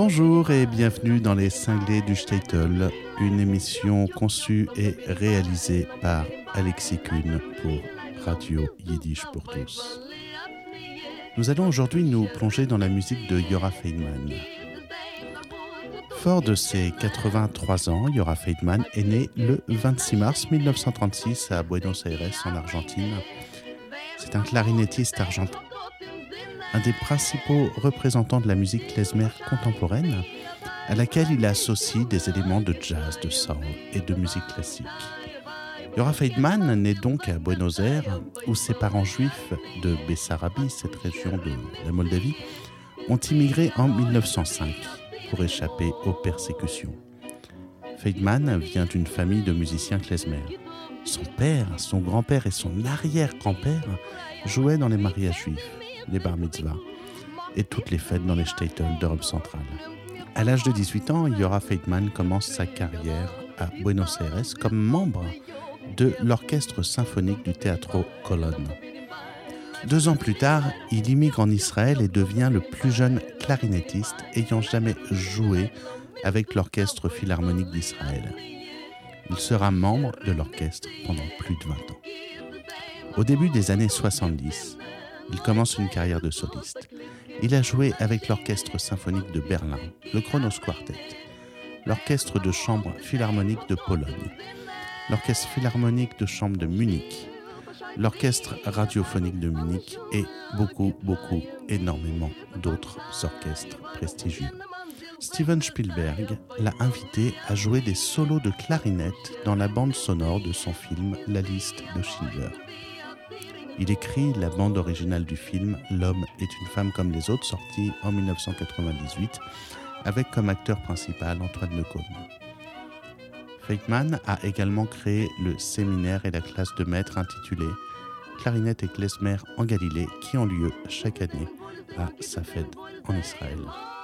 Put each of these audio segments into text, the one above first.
Bonjour et bienvenue dans les Cinglés du Shtetl, une émission conçue et réalisée par Alexis Kuhn pour Radio Yiddish pour tous. Nous allons aujourd'hui nous plonger dans la musique de Yora Feidman. Fort de ses 83 ans, Yora Feidman est né le 26 mars 1936 à Buenos Aires, en Argentine. C'est un clarinettiste argentin, un des principaux représentants de la musique klezmer contemporaine, à laquelle il associe des éléments de jazz, de soul et de musique classique. Yora Feidman naît donc à Buenos Aires, où ses parents juifs de Bessarabie, cette région de la Moldavie, ont immigré en 1905 pour échapper aux persécutions. Feidman vient d'une famille de musiciens klezmer. Son père, son grand-père et son arrière-grand-père jouaient dans les mariages juifs, les bar mitzvahs et toutes les fêtes dans les shtetl d'Europe centrale. À l'âge de 18 ans, Yora Feidman commence sa carrière à Buenos Aires comme membre de l'orchestre symphonique du Teatro Colón. 2 ans plus tard, il immigre en Israël et devient le plus jeune clarinettiste ayant jamais joué avec l'Orchestre Philharmonique d'Israël. Il sera membre de l'orchestre pendant plus de 20 ans. Au début des années 70, il commence une carrière de soliste. Il a joué avec l'Orchestre Symphonique de Berlin, le Kronos Quartet, l'Orchestre de Chambre Philharmonique de Pologne, l'Orchestre Philharmonique de Chambre de Munich, l'Orchestre Radiophonique de Munich et énormément d'autres orchestres prestigieux. Steven Spielberg l'a invité à jouer des solos de clarinette dans la bande sonore de son film La liste de Schindler. Il écrit la bande originale du film L'homme est une femme comme les autres, sorti en 1998, avec comme acteur principal Antoine Lecaune. Feidman a également créé le séminaire et la classe de maître intitulée Clarinette et klezmer en Galilée, qui ont lieu chaque année à Safed en Israël.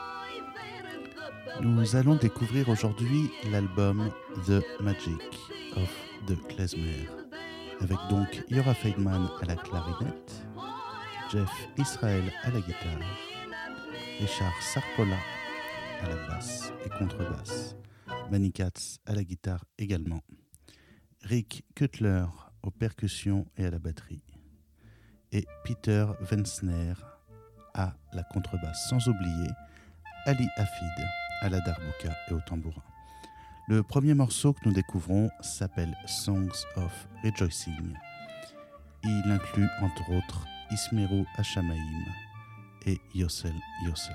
Nous allons découvrir aujourd'hui l'album The Magic of the Klezmer, avec donc Yora Feidman à la clarinette, Jeff Israel à la guitare, Richard Sarpola à la basse et contrebasse, Manny Katz à la guitare également, Rick Cutler aux percussions et à la batterie, et Peter Wensner à la contrebasse, sans oublier Ali Hafid à la darbuka et au tambourin. Le premier morceau que nous découvrons s'appelle Songs of Rejoicing. Il inclut entre autres Ismeru Hashamaim et Yossel Yossel.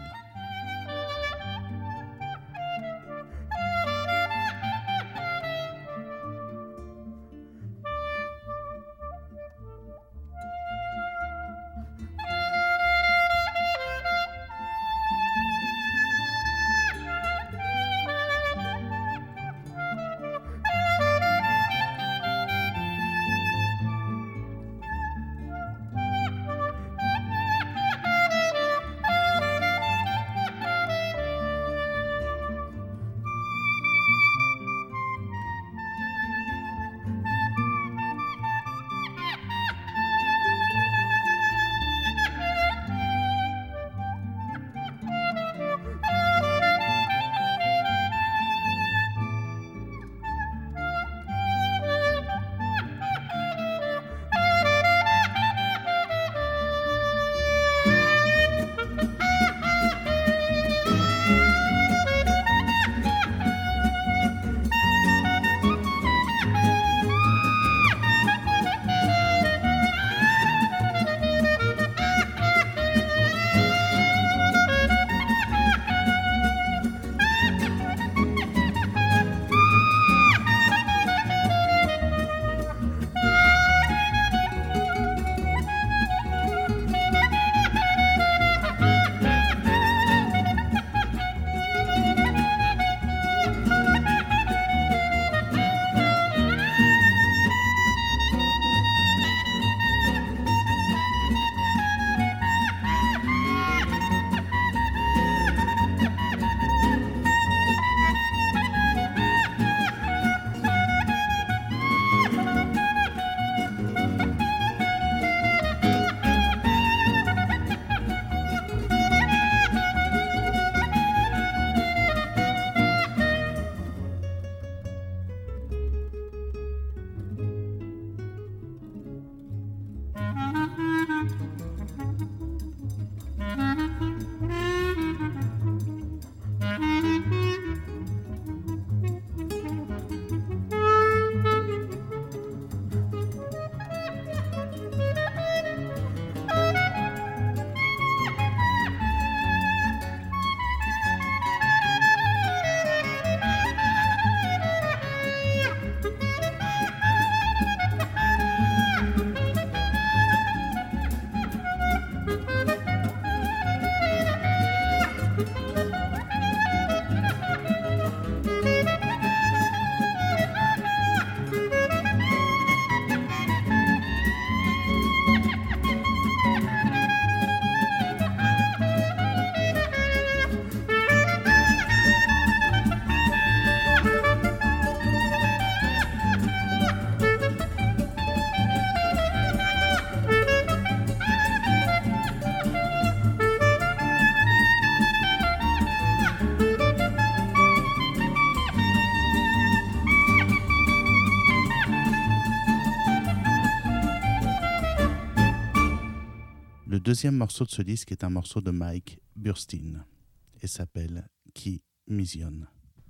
deuxième morceau de ce disque est un morceau de Mike Burstyn et s'appelle Qui Mission.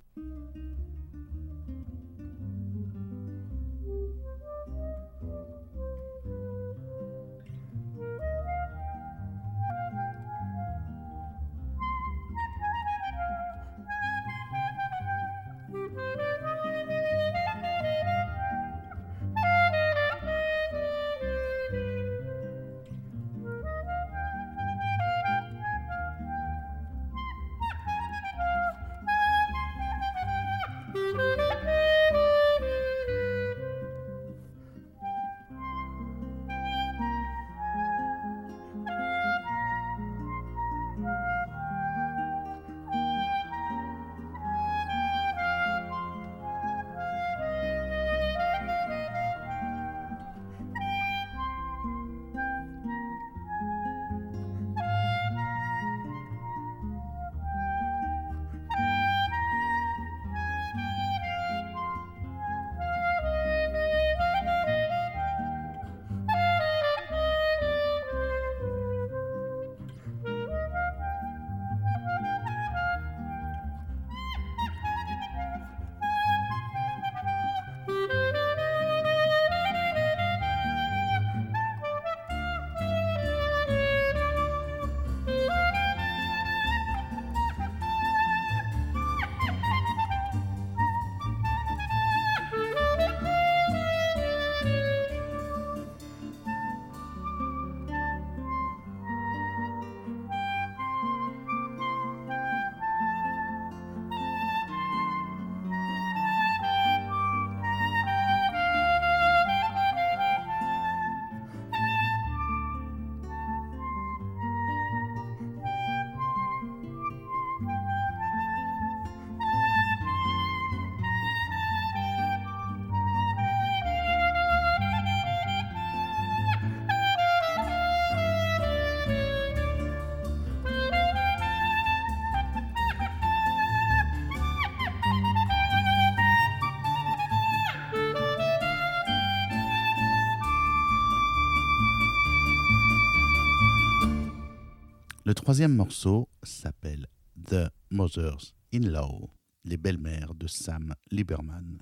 Le troisième morceau s'appelle The Mothers-in-Law, les belles-mères de Sam Lieberman.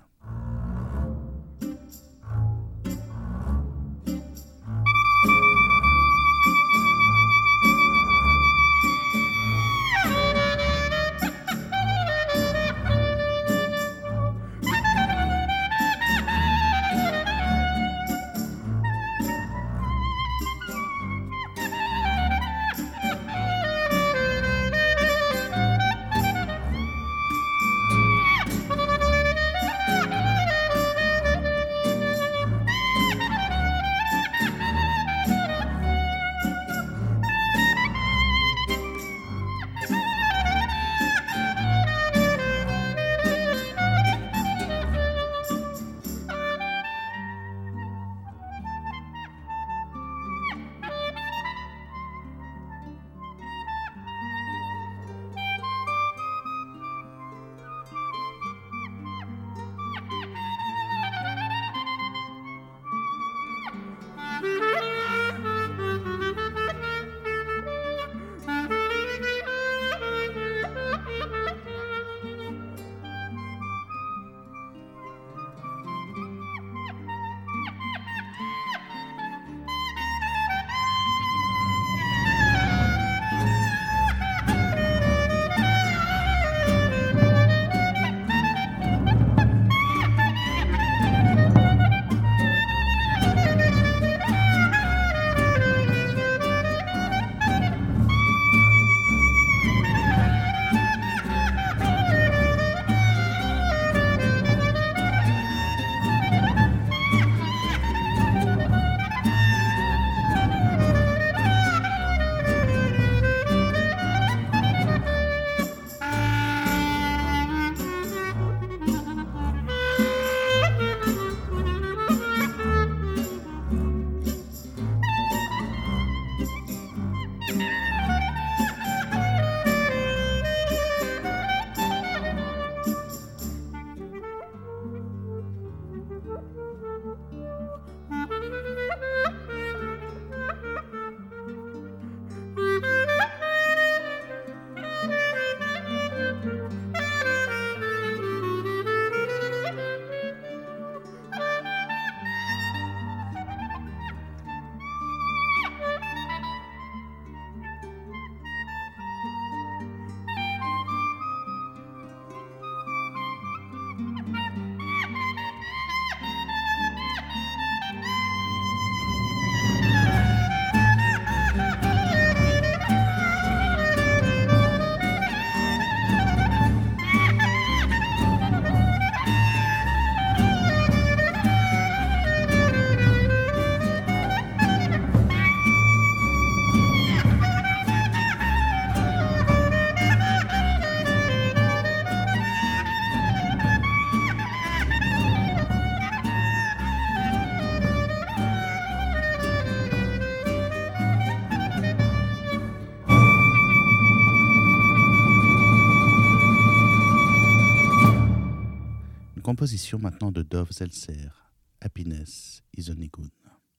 composition maintenant de Dov Zeltzer, Happiness is a Nigun.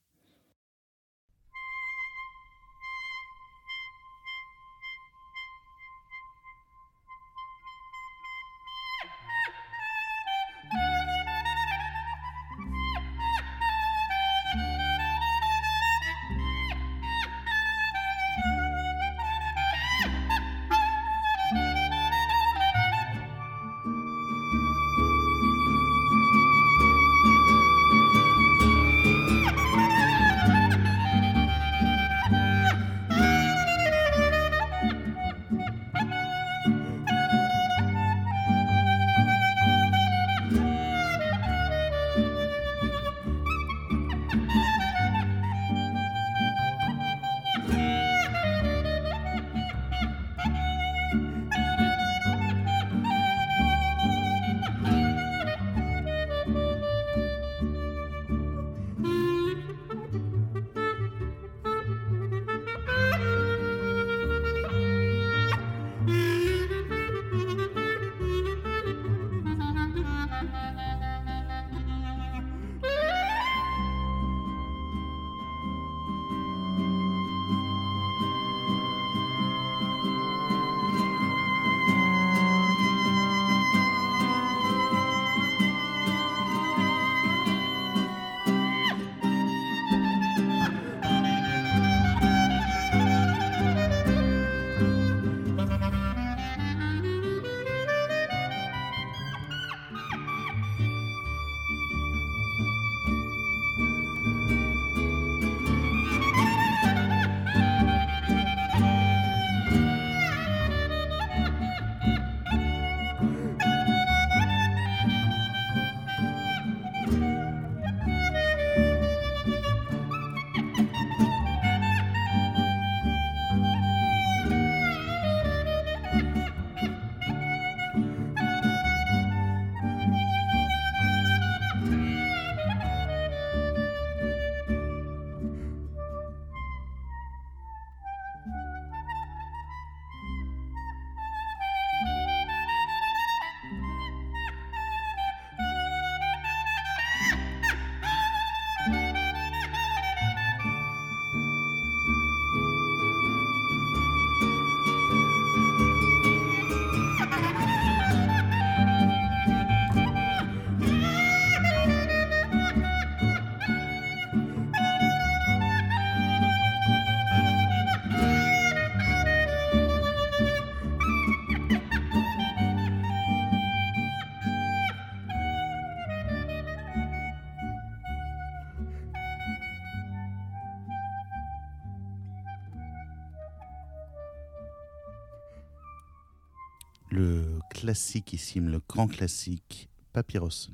Le classiquissime, le grand classique, Papyrus.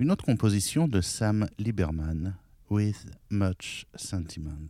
Une autre composition de Sam Lieberman, With Much Sentiment.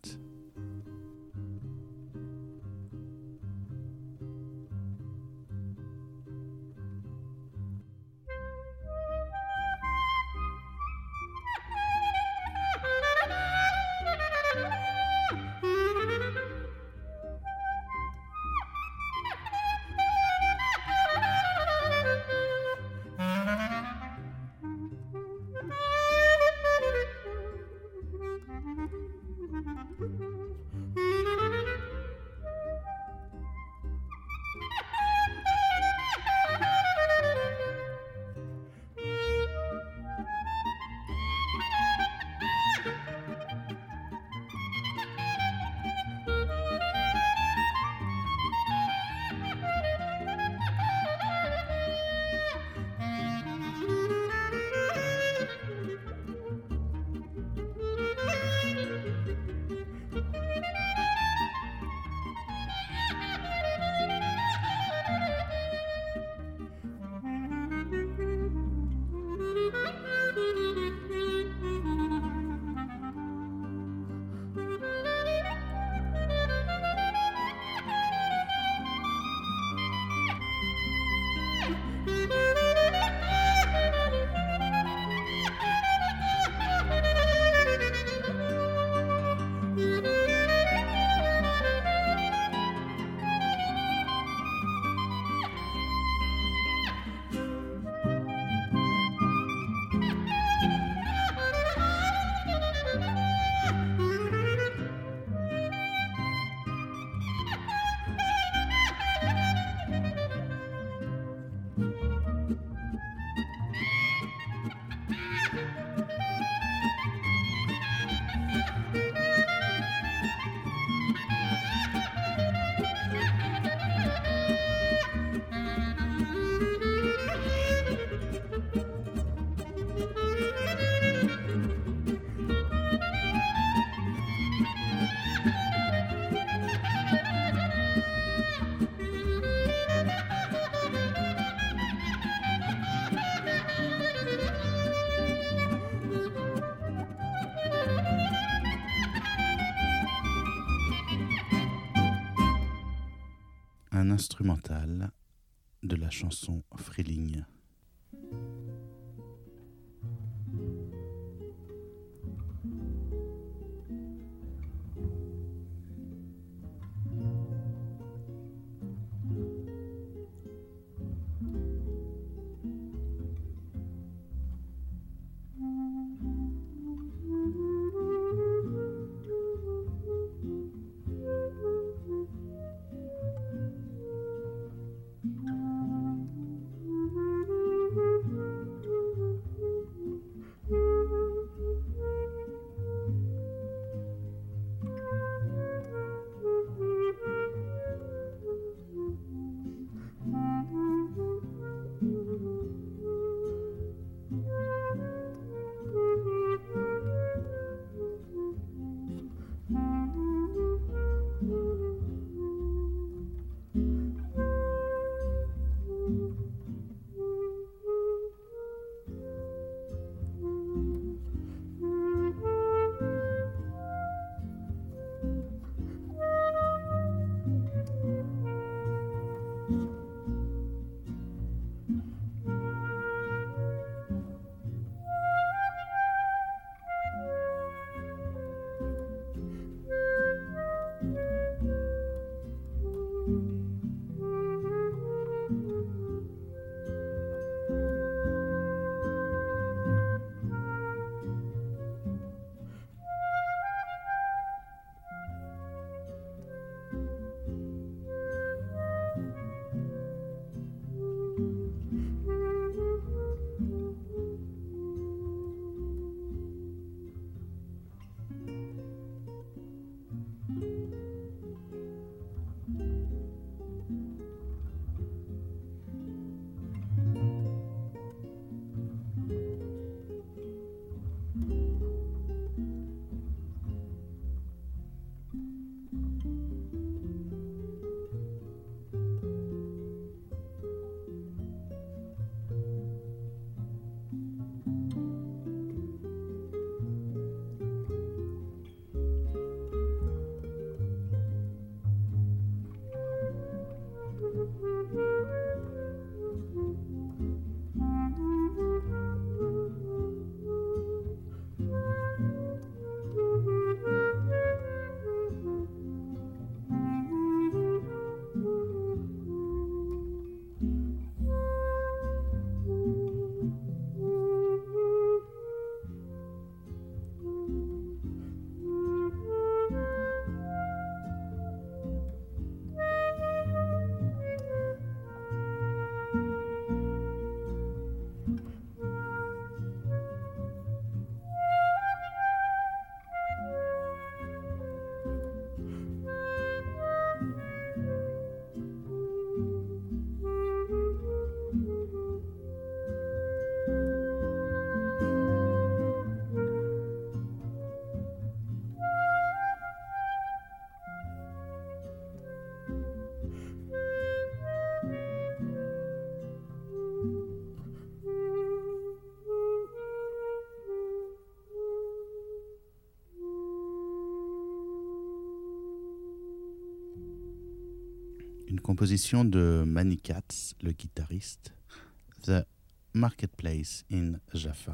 Un instrumental de la chanson Freeling. composition de Manny Katz, le guitariste, The Marketplace in Jaffa.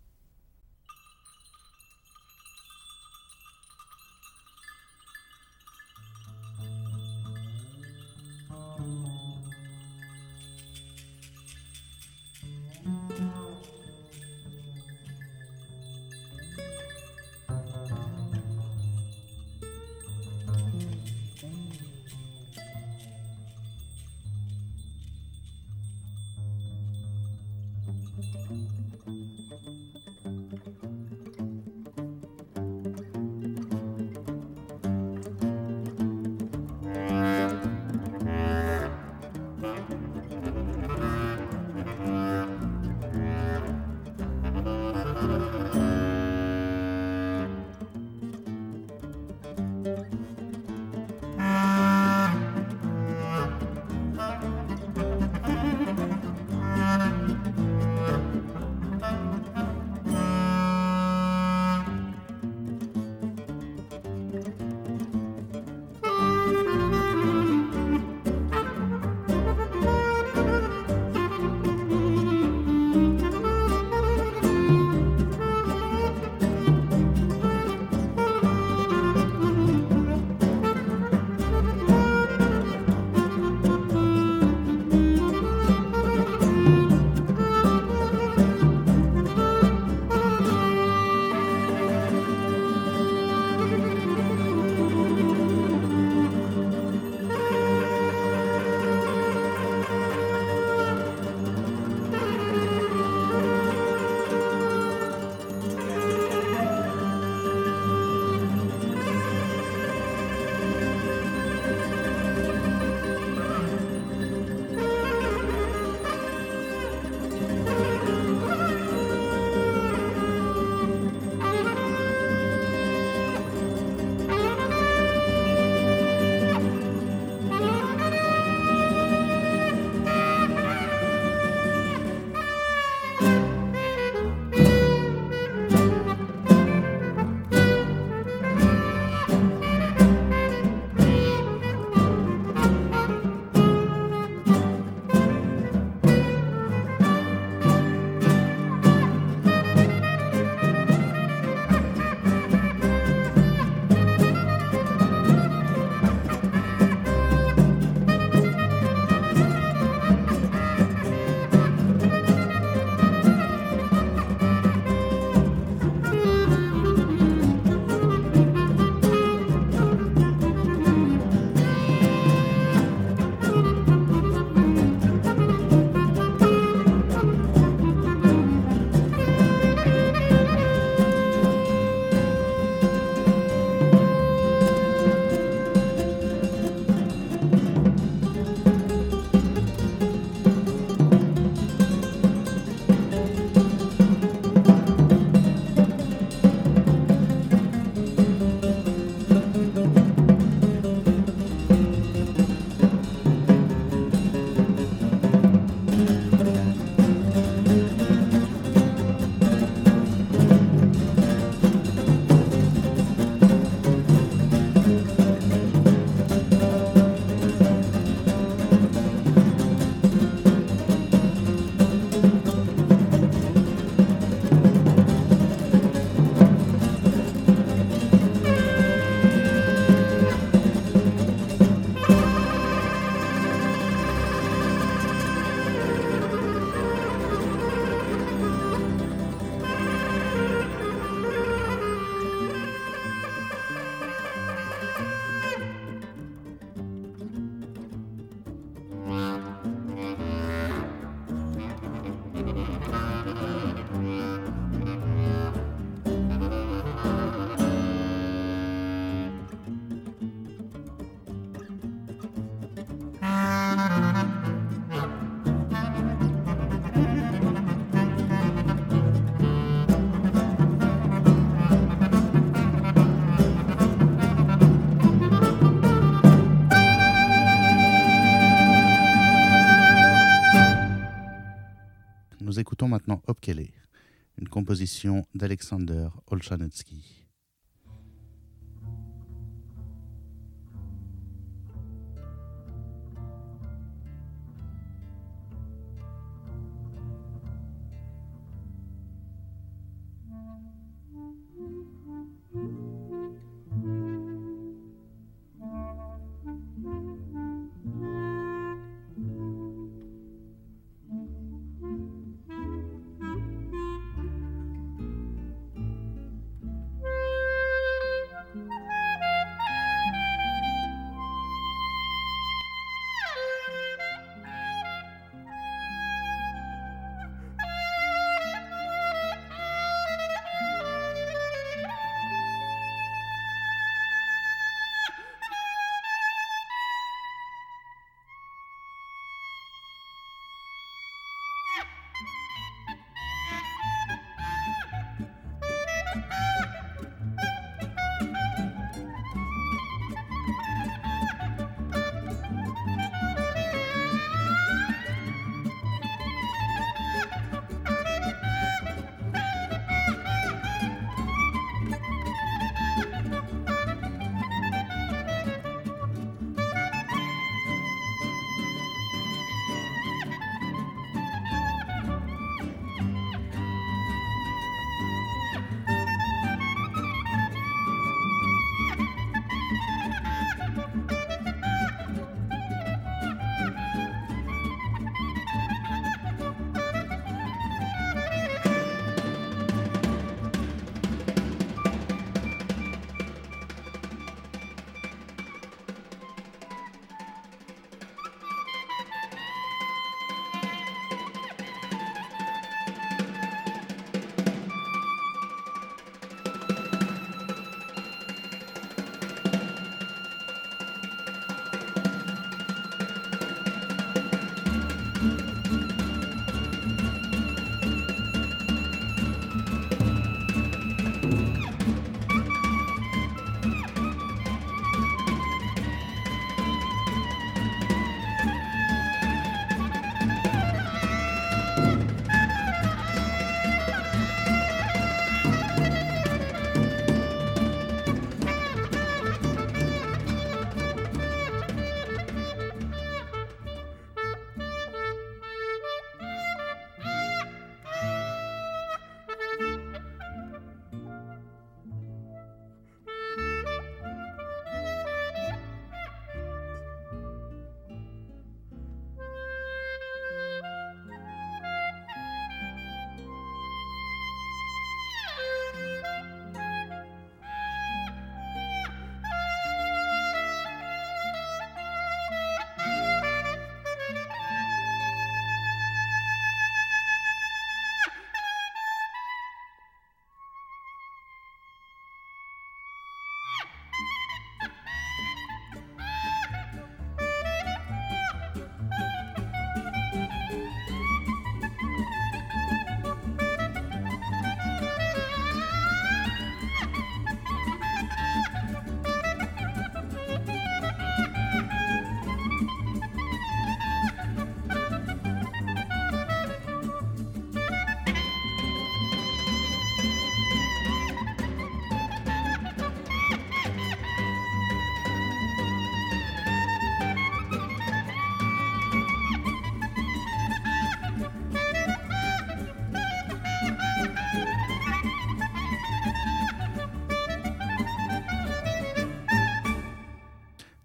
Nous écoutons maintenant Opkele, une composition d'Alexander Olshanetsky.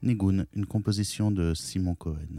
Nigun, une composition de Simon Cohen.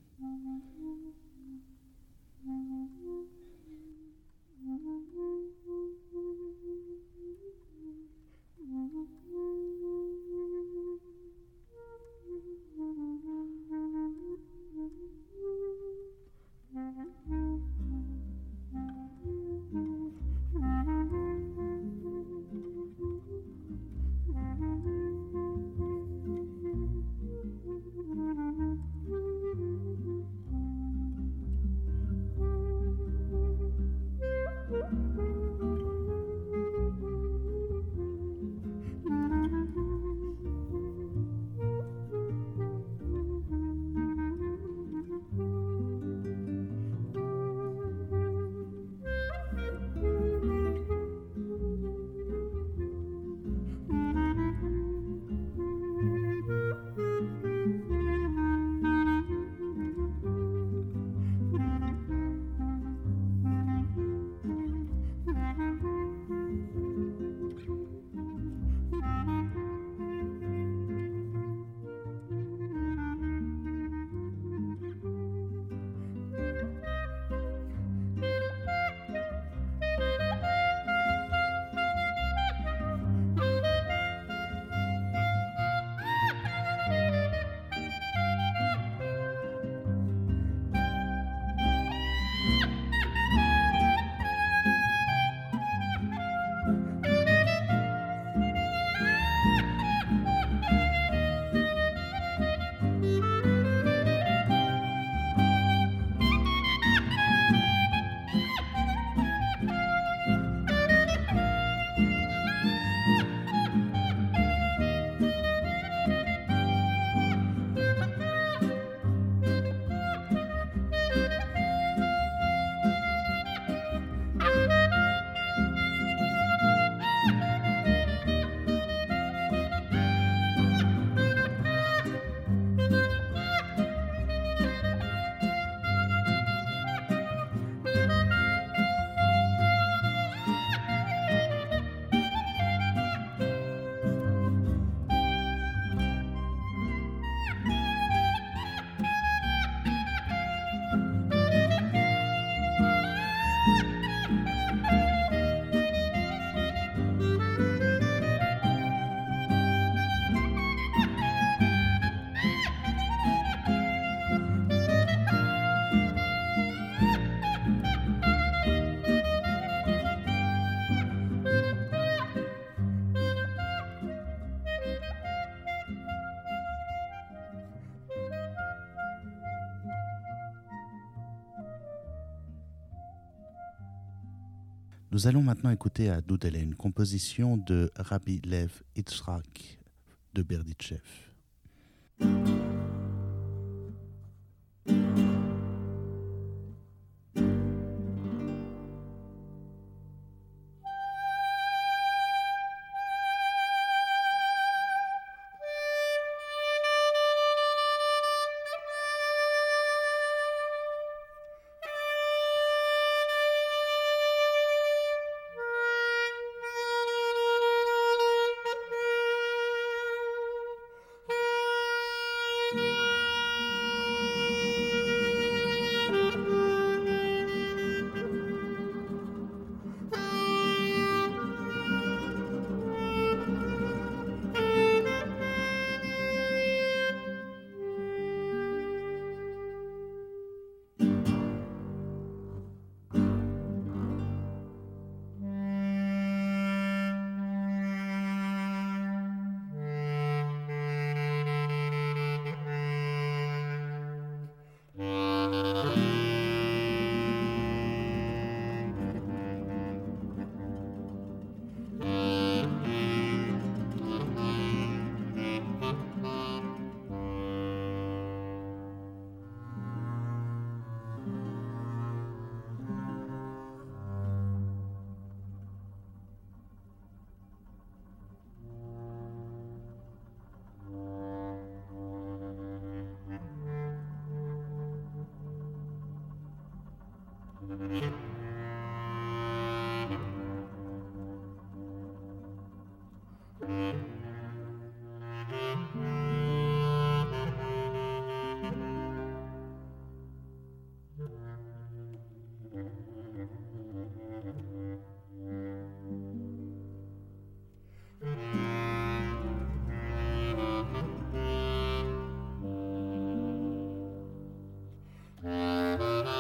Nous allons maintenant écouter à Doudele, une composition de Rabbi Lev Yitzhak de Berdichev.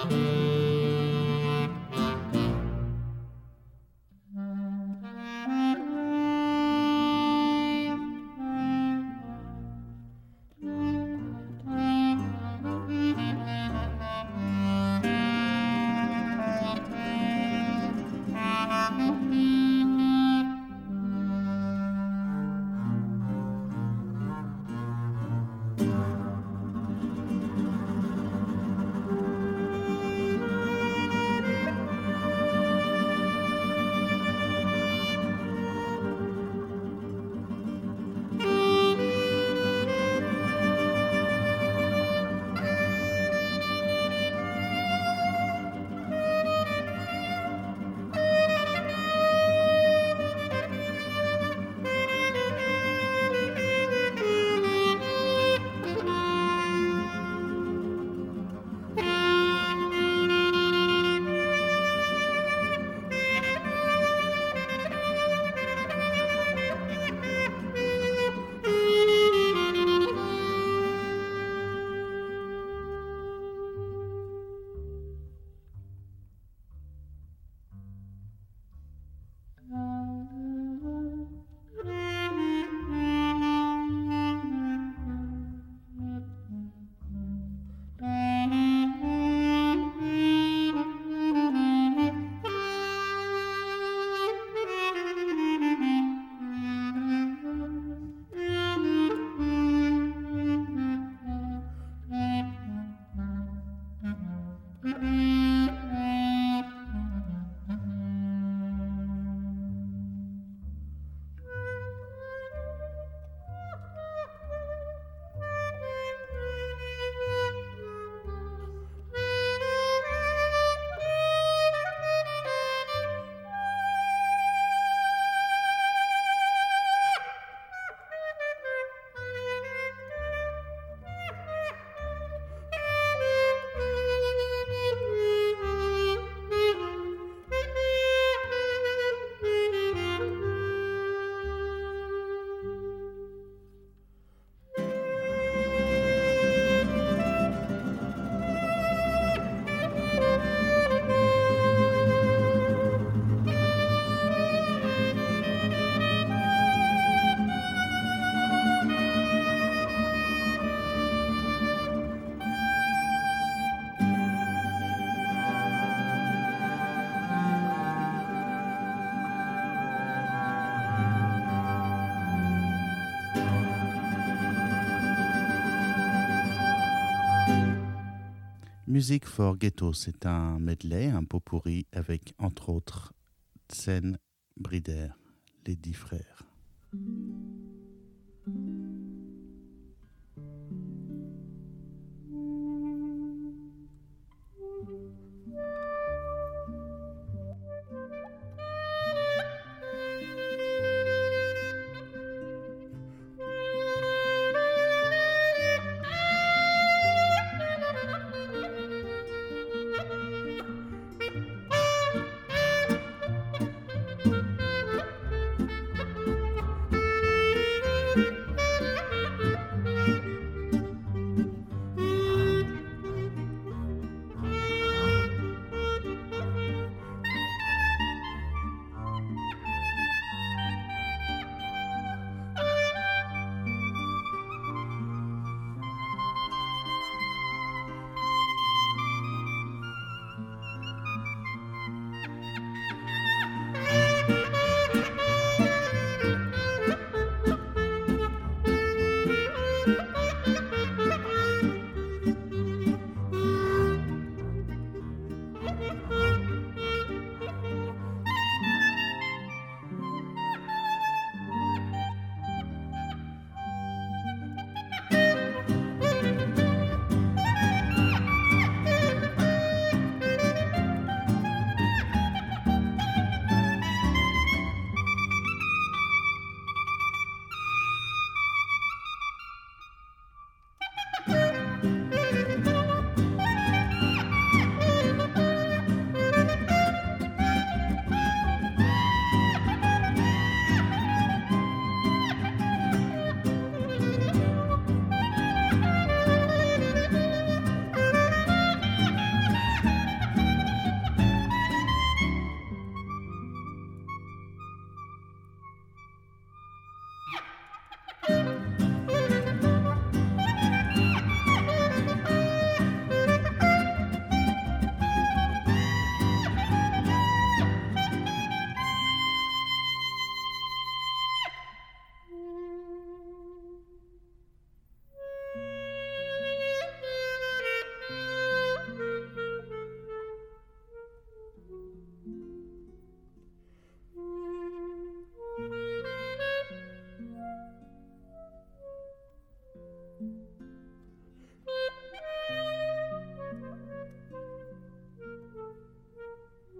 Music for Ghetto, c'est un medley, un pot pourri avec entre autres Tsen Brider, les 10 frères.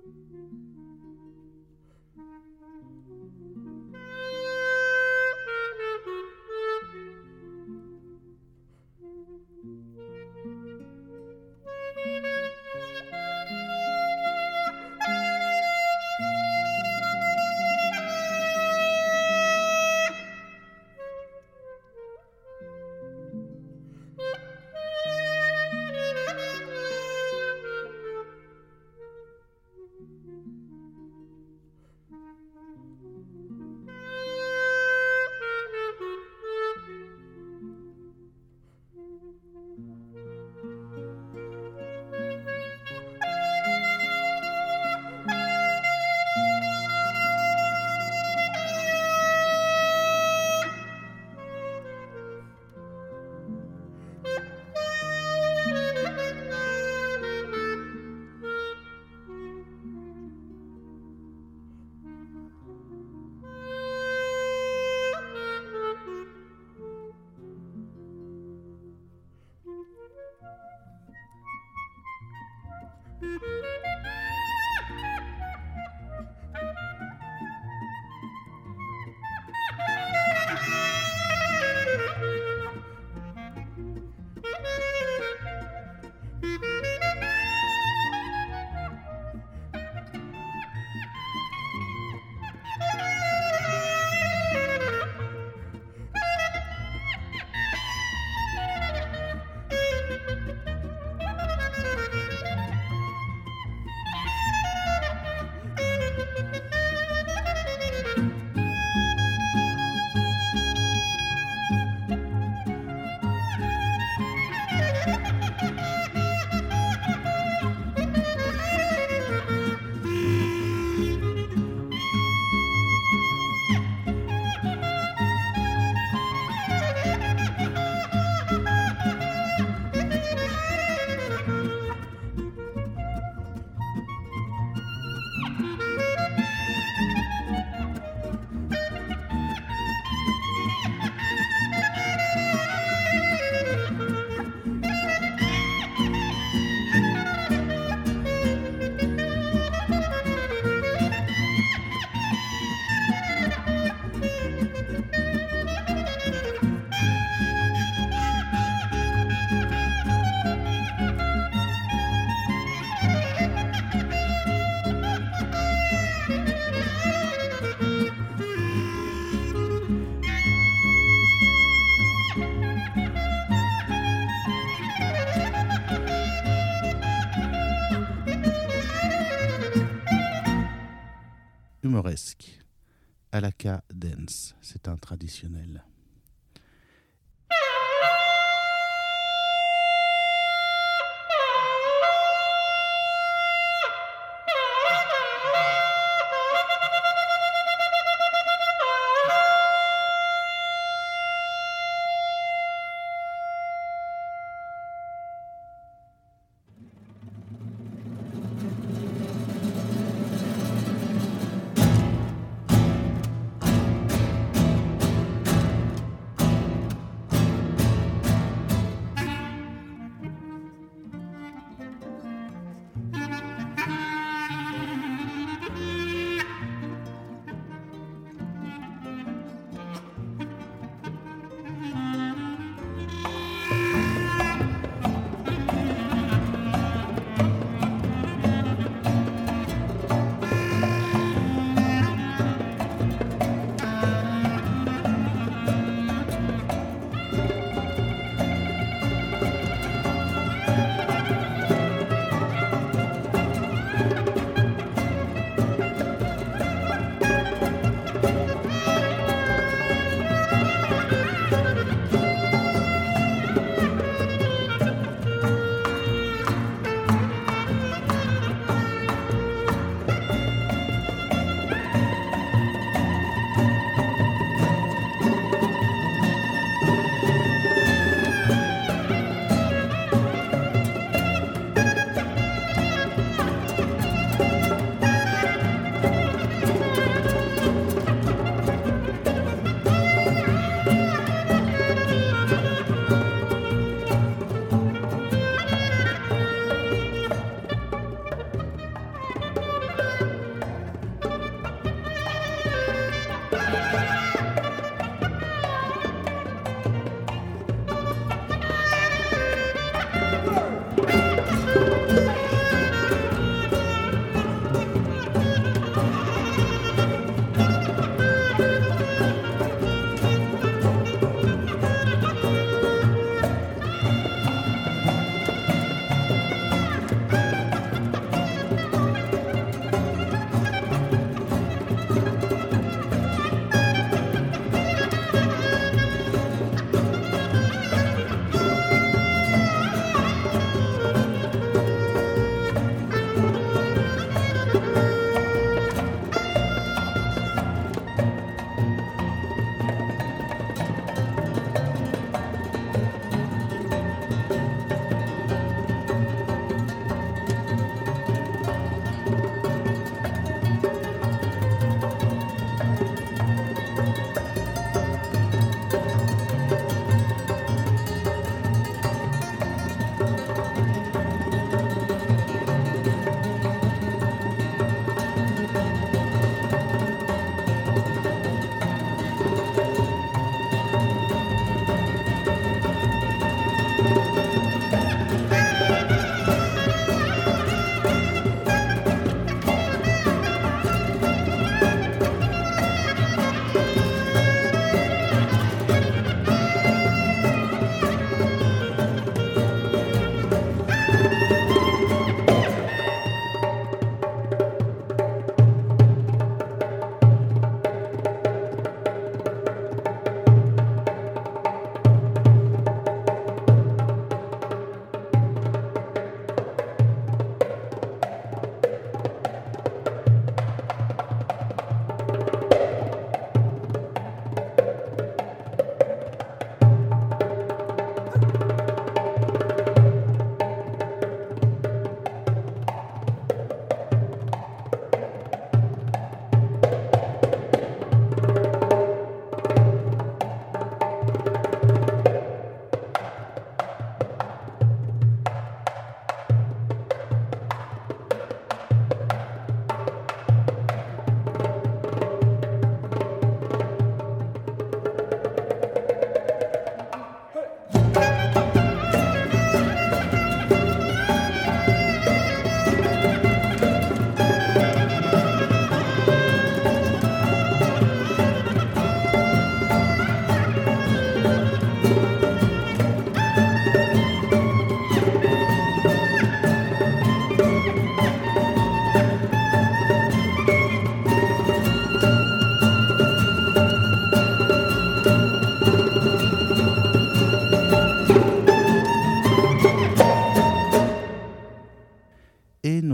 Humoresque. Alaka Dance, c'est un traditionnel.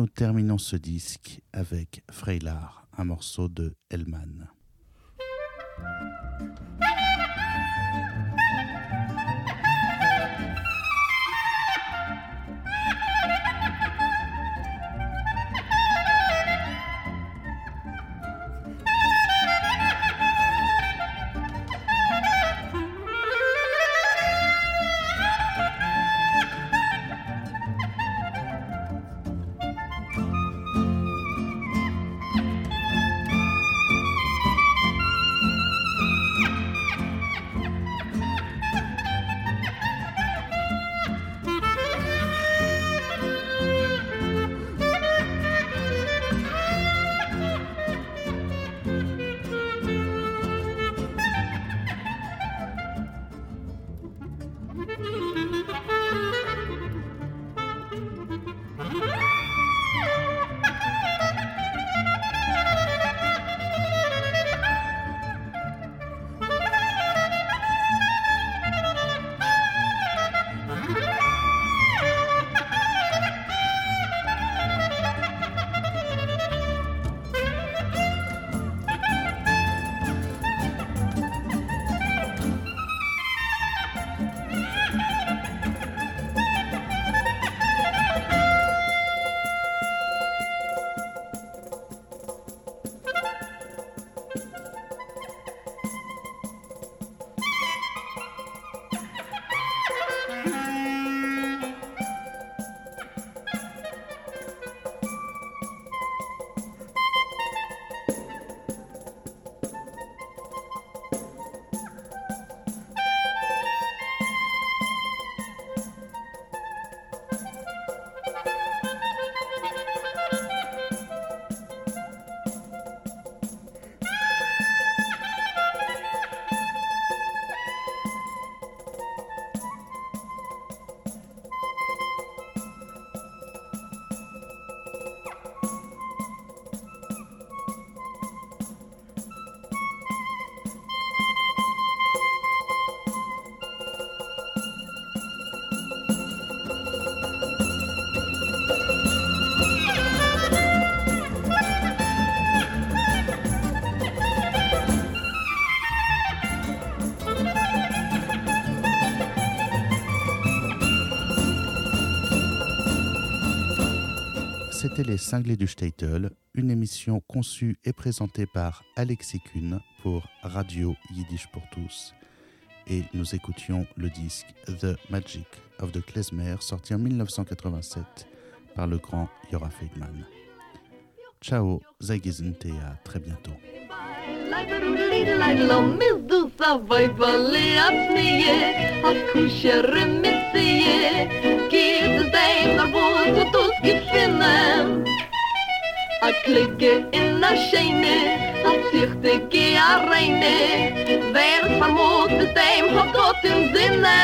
terminons ce disque avec Freylar, un morceau de Hellman. C'était les Cinglés du Shtetl, une émission conçue et présentée par Alexis Kuhn pour Radio Yiddish pour tous. Et nous écoutions le disque The Magic of the Klezmer, sorti en 1987 par le grand Yora Feidman. Ciao, sei gesund et à très bientôt. A klikke in a scheine, a zichtige a reine, wer vermut es dem hat Gott im Sinne.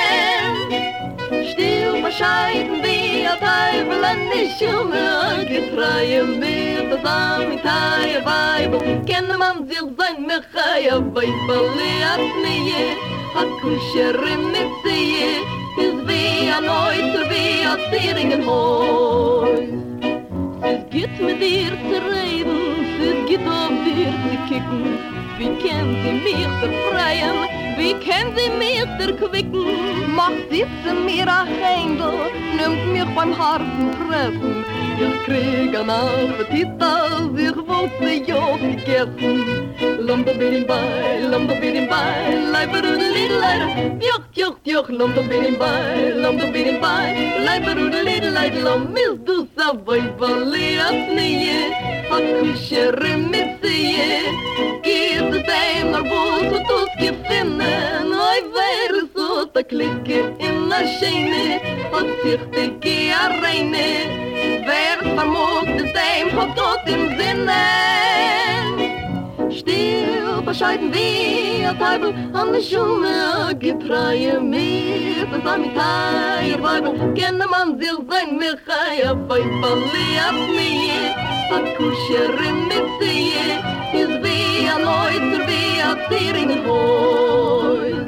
Still bescheiden wie a Teufel an die Schumme, getreue mit das Amitei a Weibel, kenne man sich sein Mechai a Weibel, a Znie, a Kuscherin mit Sie, is wie a Neuzer, wie a Zieringenhäus. Es geht mit dir zu reden, es geht auf dir zu kicken. Wie kennt sie mich befreien, wie kennt sie mich erquicken? Macht sitzen mir a Händel, nimmt mich beim harten Treffen. Ich krieg an Appetit, als ich wollte ja gegessen. Lomba bidim bei, leiberudelideleid. Joch, lomba bidim bei, leiberudelideleid. Lomis du sa weibali as nie, a kushere mit sie. Geht es ein Arbus und uns gefinnen, oi wäre so da klicke in a Scheine, und sichtige a Reine. Wer vermut es dem hat Gott im Sinne. Still bescheiden wie a Teufel an der Schumme, getreue mit das Amitei a Weibel, kenne man sich sein Mechai a Weibali as nie, a Kuscherin mit sie, is wie a Neuzer, wie a Zieringenhäus.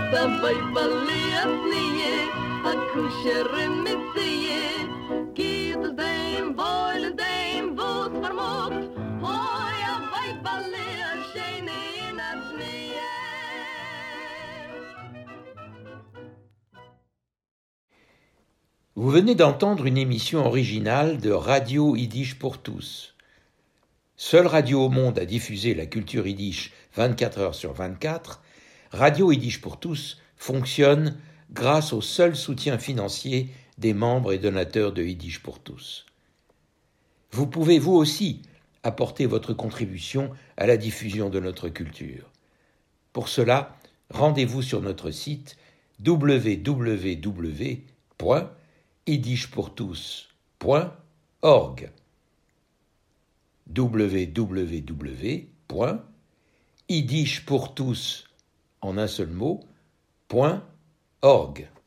Savai baliasnie, a kushere mitsie. Gides dem, boiles dem, wo's vermocht. Hoi, a vai balia, schene in a snie. Vous venez d'entendre une émission originale de Radio Yiddish pour tous. Seule radio au monde à diffuser la culture yiddish 24 heures sur 24, Radio Yiddish pour tous fonctionne grâce au seul soutien financier des membres et donateurs de Yiddish pour tous. Vous pouvez vous aussi apporter votre contribution à la diffusion de notre culture. Pour cela, rendez-vous sur notre site www.yiddishpourtous.org www.yiddishpourtous en un seul mot, .org